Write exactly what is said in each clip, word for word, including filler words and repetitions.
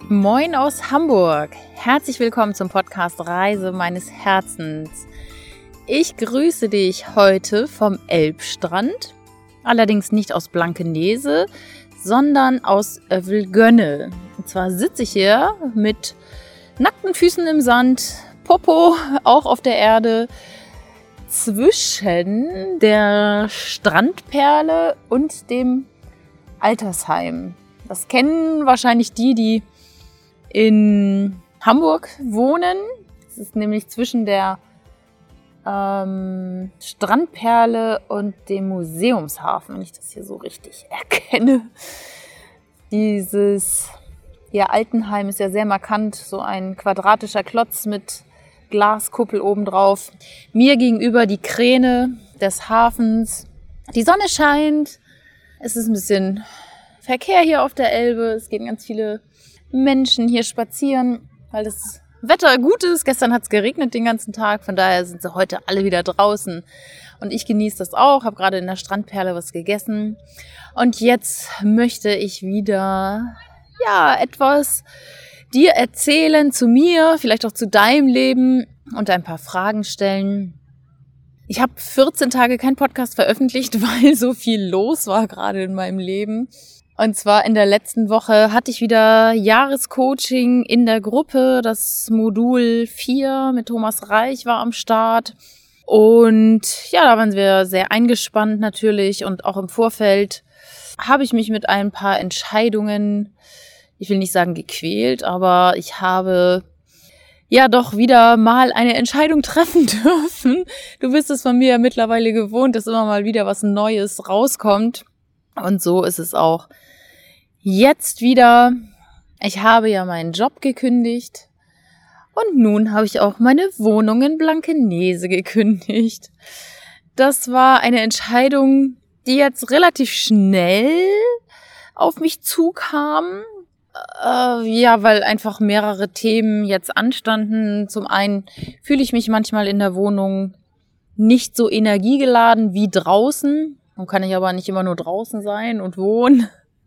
Moin aus Hamburg. Herzlich willkommen zum Podcast Reise meines Herzens. Ich grüße dich heute vom Elbstrand, allerdings nicht aus Blankenese, sondern aus Övelgönne. Und zwar sitze ich hier mit nackten Füßen im Sand, Popo auch auf der Erde, zwischen der Strandperle und dem Altersheim. Das kennen wahrscheinlich die, die in Hamburg wohnen. Es ist nämlich zwischen der ähm, Strandperle und dem Museumshafen, wenn ich das hier so richtig erkenne. Dieses ja, Altenheim ist ja sehr markant, so ein quadratischer Klotz mit Glaskuppel obendrauf. Mir gegenüber die Kräne des Hafens. Die Sonne scheint. Es ist ein bisschen Verkehr hier auf der Elbe. Es gehen ganz viele Menschen hier spazieren, weil das Wetter gut ist. Gestern hat es geregnet den ganzen Tag, von daher sind sie heute alle wieder draußen. Und ich genieße das auch, habe gerade in der Strandperle was gegessen. Und jetzt möchte ich wieder ja etwas dir erzählen zu mir, vielleicht auch zu deinem Leben und ein paar Fragen stellen. Ich habe vierzehn Tage keinen Podcast veröffentlicht, weil so viel los war gerade in meinem Leben. Und zwar in der letzten Woche hatte ich wieder Jahrescoaching in der Gruppe. Das Modul vier mit Thomas Reich war am Start. Und ja, da waren wir sehr eingespannt natürlich. Und auch im Vorfeld habe ich mich mit ein paar Entscheidungen, ich will nicht sagen gequält, aber ich habe ja doch wieder mal eine Entscheidung treffen dürfen. Du bist es von mir ja mittlerweile gewohnt, dass immer mal wieder was Neues rauskommt. Und so ist es auch jetzt wieder. Ich habe ja meinen Job gekündigt und nun habe ich auch meine Wohnung in Blankenese gekündigt. Das war eine Entscheidung, die jetzt relativ schnell auf mich zukam. Äh, ja, weil einfach mehrere Themen jetzt anstanden. Zum einen fühle ich mich manchmal in der Wohnung nicht so energiegeladen wie draußen. Nun kann ich aber nicht immer nur draußen sein und wohnen.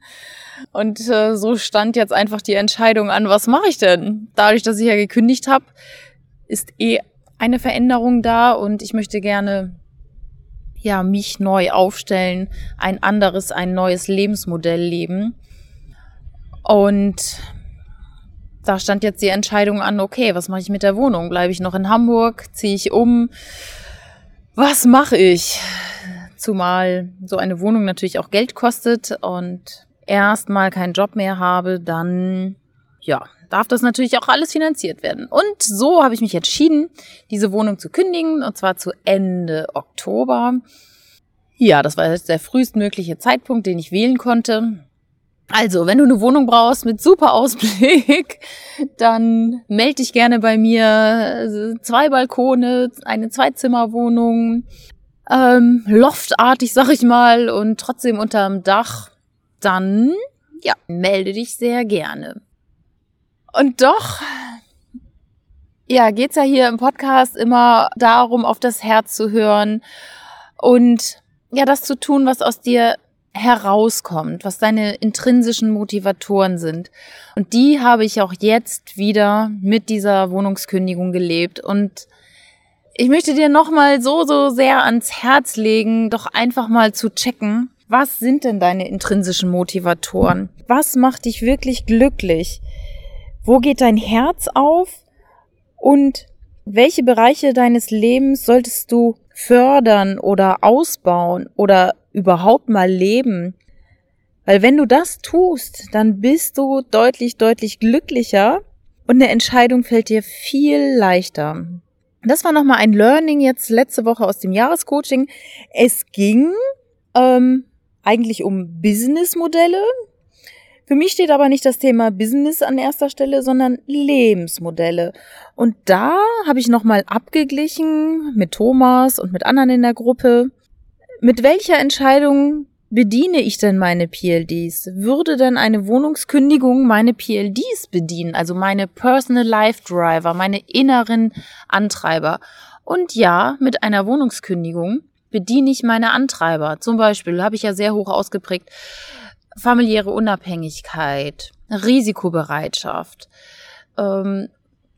Und äh, so stand jetzt einfach die Entscheidung an, was mache ich denn? Dadurch, dass ich ja gekündigt habe, ist eh eine Veränderung da und ich möchte gerne ja mich neu aufstellen, ein anderes, ein neues Lebensmodell leben. Und da stand jetzt die Entscheidung an, okay, was mache ich mit der Wohnung? Bleibe ich noch in Hamburg? Ziehe ich um? Was mache ich? Zumal so eine Wohnung natürlich auch Geld kostet und erstmal keinen Job mehr habe, dann ja, darf das natürlich auch alles finanziert werden. Und so habe ich mich entschieden, diese Wohnung zu kündigen, und zwar zu Ende Oktober. Ja, das war jetzt der frühestmögliche Zeitpunkt, den ich wählen konnte. Also, wenn du eine Wohnung brauchst mit super Ausblick, dann melde dich gerne bei mir. Zwei Balkone, eine Zweizimmerwohnung, ähm, loftartig, sag ich mal, und trotzdem unterm Dach. Dann, ja, melde dich sehr gerne. Und doch, ja, geht's ja hier im Podcast immer darum, auf das Herz zu hören und ja, das zu tun, was aus dir herauskommt, was deine intrinsischen Motivatoren sind. Und die habe ich auch jetzt wieder mit dieser Wohnungskündigung gelebt. Und ich möchte dir nochmal so, so sehr ans Herz legen, doch einfach mal zu checken, was sind denn deine intrinsischen Motivatoren? Was macht dich wirklich glücklich? Wo geht dein Herz auf? Und welche Bereiche deines Lebens solltest du fördern oder ausbauen oder überhaupt mal leben? Weil wenn du das tust, dann bist du deutlich, deutlich glücklicher und eine Entscheidung fällt dir viel leichter. Das war nochmal ein Learning jetzt letzte Woche aus dem Jahrescoaching. Es ging ähm, eigentlich um Businessmodelle. Für mich steht aber nicht das Thema Business an erster Stelle, sondern Lebensmodelle. Und da habe ich nochmal abgeglichen mit Thomas und mit anderen in der Gruppe. Mit welcher Entscheidung bediene ich denn meine P L Ds? Würde denn eine Wohnungskündigung meine P L Ds bedienen? Also meine Personal Life Driver, meine inneren Antreiber. Und ja, mit einer Wohnungskündigung bediene ich meine Antreiber. Zum Beispiel habe ich ja sehr hoch ausgeprägt familiäre Unabhängigkeit, Risikobereitschaft, ähm,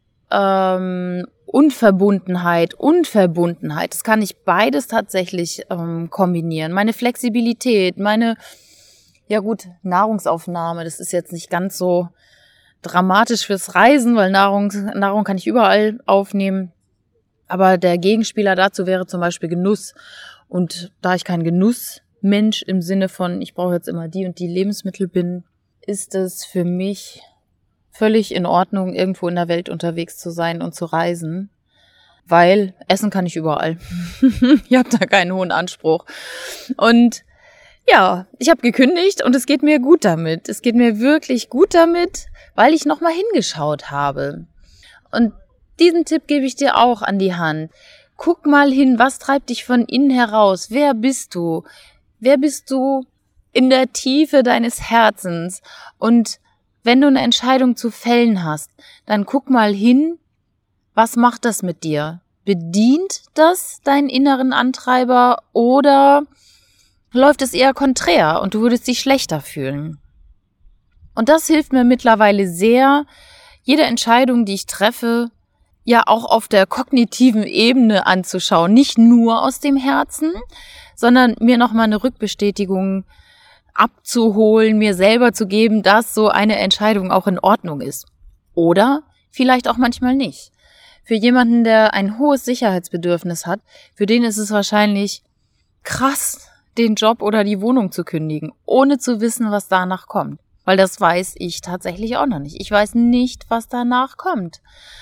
ähm, Unverbundenheit, Unverbundenheit. Das kann ich beides tatsächlich ähm, kombinieren. Meine Flexibilität, meine, ja gut, Nahrungsaufnahme, das ist jetzt nicht ganz so dramatisch fürs Reisen, weil Nahrung, Nahrung kann ich überall aufnehmen. Aber der Gegenspieler dazu wäre zum Beispiel Genuss. Und da ich kein Genussmensch im Sinne von, ich brauche jetzt immer die und die Lebensmittel bin, ist es für mich völlig in Ordnung, irgendwo in der Welt unterwegs zu sein und zu reisen, weil essen kann ich überall. Ich habe da keinen hohen Anspruch. Und ja, ich habe gekündigt und es geht mir gut damit. Es geht mir wirklich gut damit, weil ich nochmal hingeschaut habe. Und diesen Tipp gebe ich dir auch an die Hand. Guck mal hin, was treibt dich von innen heraus? Wer bist du? Wer bist du in der Tiefe deines Herzens? Und wenn du eine Entscheidung zu fällen hast, dann guck mal hin, was macht das mit dir? Bedient das deinen inneren Antreiber oder läuft es eher konträr und du würdest dich schlechter fühlen? Und das hilft mir mittlerweile sehr, jede Entscheidung, die ich treffe, ja auch auf der kognitiven Ebene anzuschauen. Nicht nur aus dem Herzen, sondern mir nochmal eine Rückbestätigung abzuholen, mir selber zu geben, dass so eine Entscheidung auch in Ordnung ist. Oder vielleicht auch manchmal nicht. Für jemanden, der ein hohes Sicherheitsbedürfnis hat, für den ist es wahrscheinlich krass, den Job oder die Wohnung zu kündigen, ohne zu wissen, was danach kommt. Weil das weiß ich tatsächlich auch noch nicht. Ich weiß nicht, was danach kommt.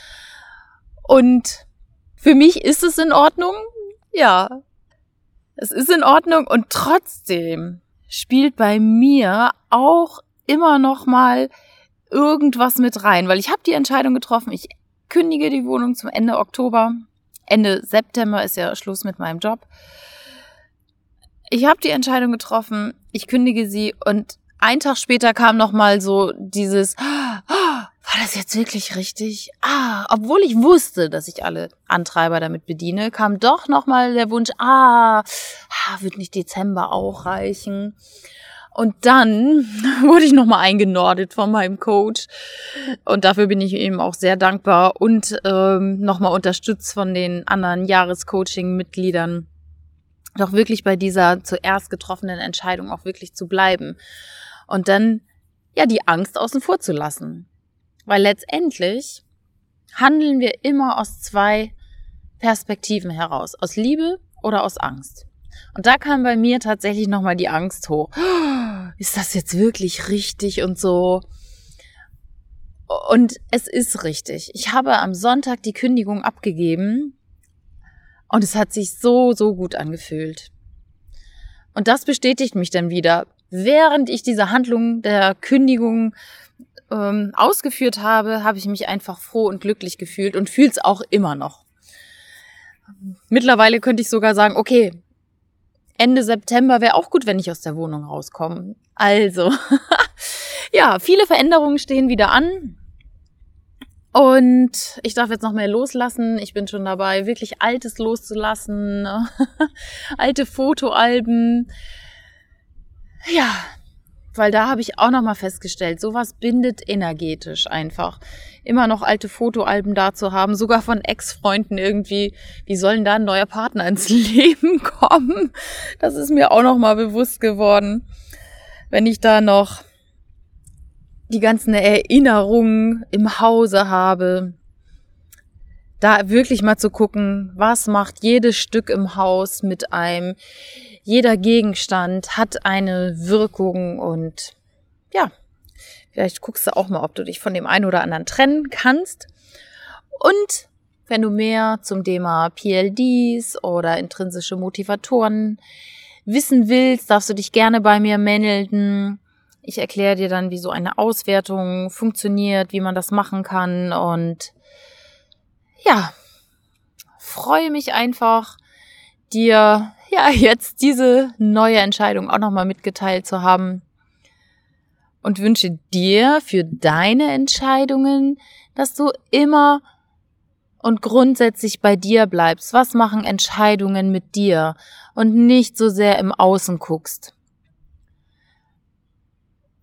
Und für mich ist es in Ordnung. Ja, es ist in Ordnung und trotzdem spielt bei mir auch immer noch mal irgendwas mit rein, weil ich habe die Entscheidung getroffen, ich kündige die Wohnung zum Ende Oktober. Ende September ist ja Schluss mit meinem Job. Ich habe die Entscheidung getroffen, ich kündige sie und einen Tag später kam noch mal so dieses, oh, war das jetzt wirklich richtig? Ah, obwohl ich wusste, dass ich alle Antreiber damit bediene, kam doch noch mal der Wunsch, ah, wird nicht Dezember auch reichen? Und dann wurde ich noch mal eingenordet von meinem Coach und dafür bin ich ihm auch sehr dankbar und ähm, noch mal unterstützt von den anderen Jahrescoaching-Mitgliedern, doch wirklich bei dieser zuerst getroffenen Entscheidung auch wirklich zu bleiben und dann ja die Angst außen vor zu lassen. Weil letztendlich handeln wir immer aus zwei Perspektiven heraus, aus Liebe oder aus Angst. Und da kam bei mir tatsächlich nochmal die Angst hoch. Ist das jetzt wirklich richtig und so? Und es ist richtig. Ich habe am Sonntag die Kündigung abgegeben und es hat sich so, so gut angefühlt. Und das bestätigt mich dann wieder. Während ich diese Handlung der Kündigung ähm, ausgeführt habe, habe ich mich einfach froh und glücklich gefühlt und fühle es auch immer noch. Mittlerweile könnte ich sogar sagen, okay, Ende September wäre auch gut, wenn ich aus der Wohnung rauskomme. Also, ja, viele Veränderungen stehen wieder an. Und ich darf jetzt noch mehr loslassen. Ich bin schon dabei, wirklich Altes loszulassen. Alte Fotoalben. Ja, weil da habe ich auch noch mal festgestellt, sowas bindet energetisch einfach. Immer noch alte Fotoalben da zu haben, sogar von Ex-Freunden irgendwie. Wie soll denn da ein neuer Partner ins Leben kommen? Das ist mir auch noch mal bewusst geworden. Wenn ich da noch die ganzen Erinnerungen im Hause habe, da wirklich mal zu gucken, was macht jedes Stück im Haus mit einem. Jeder Gegenstand hat eine Wirkung und ja, vielleicht guckst du auch mal, ob du dich von dem einen oder anderen trennen kannst. Und wenn du mehr zum Thema P L Ds oder intrinsische Motivatoren wissen willst, darfst du dich gerne bei mir melden. Ich erkläre dir dann, wie so eine Auswertung funktioniert, wie man das machen kann und ja, freue mich einfach, dir ja jetzt diese neue Entscheidung auch nochmal mitgeteilt zu haben und wünsche dir für deine Entscheidungen, dass du immer und grundsätzlich bei dir bleibst. Was machen Entscheidungen mit dir und nicht so sehr im Außen guckst.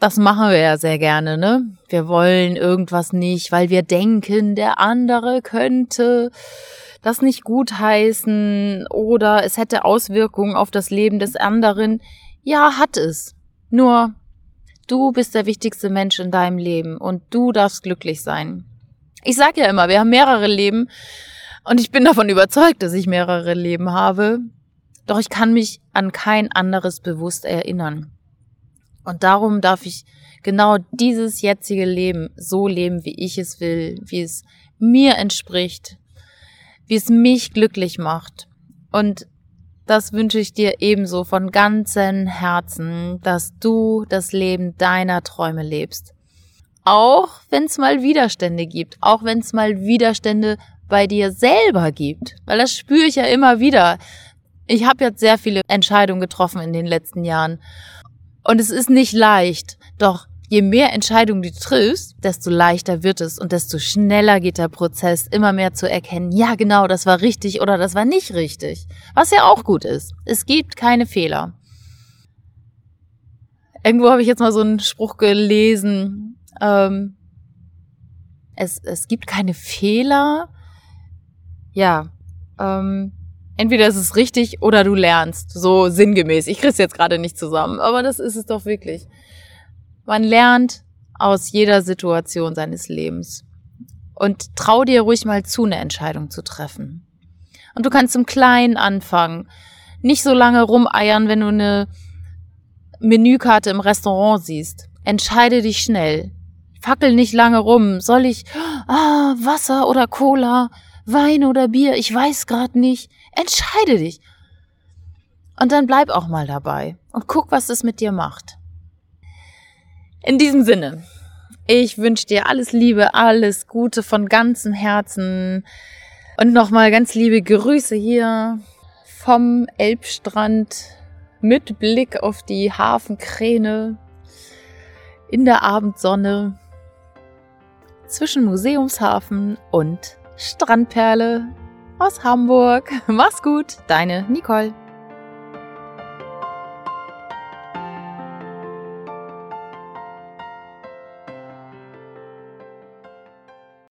das machen wir ja sehr gerne, ne? Wir wollen irgendwas nicht, weil wir denken, der andere könnte das nicht gutheißen oder es hätte Auswirkungen auf das Leben des anderen. Ja, hat es. Nur, du bist der wichtigste Mensch in deinem Leben und du darfst glücklich sein. Ich sage ja immer, wir haben mehrere Leben und ich bin davon überzeugt, dass ich mehrere Leben habe. Doch ich kann mich an kein anderes bewusst erinnern. Und darum darf ich genau dieses jetzige Leben so leben, wie ich es will, wie es mir entspricht, wie es mich glücklich macht. Und das wünsche ich dir ebenso von ganzem Herzen, dass du das Leben deiner Träume lebst. Auch wenn es mal Widerstände gibt, auch wenn es mal Widerstände bei dir selber gibt, weil das spüre ich ja immer wieder. Ich habe jetzt sehr viele Entscheidungen getroffen in den letzten Jahren und es ist nicht leicht, doch je mehr Entscheidungen du triffst, desto leichter wird es und desto schneller geht der Prozess, immer mehr zu erkennen, ja genau, das war richtig oder das war nicht richtig, was ja auch gut ist. Es gibt keine Fehler. Irgendwo habe ich jetzt mal so einen Spruch gelesen, ähm, es, es gibt keine Fehler, ja, ähm, entweder ist es richtig oder du lernst, so sinngemäß. Ich krieg's jetzt gerade nicht zusammen, aber das ist es doch wirklich. Man lernt aus jeder Situation seines Lebens und trau dir ruhig mal zu, eine Entscheidung zu treffen. Und du kannst im Kleinen anfangen, nicht so lange rumeiern, wenn du eine Menükarte im Restaurant siehst. Entscheide dich schnell. Fackel nicht lange rum. Soll ich ah, Wasser oder Cola, Wein oder Bier? Ich weiß gerade nicht. Entscheide dich. Und dann bleib auch mal dabei und guck, was es mit dir macht. In diesem Sinne, ich wünsche dir alles Liebe, alles Gute von ganzem Herzen und nochmal ganz liebe Grüße hier vom Elbstrand mit Blick auf die Hafenkräne in der Abendsonne zwischen Museumshafen und Strandperle aus Hamburg. Mach's gut, deine Nicole.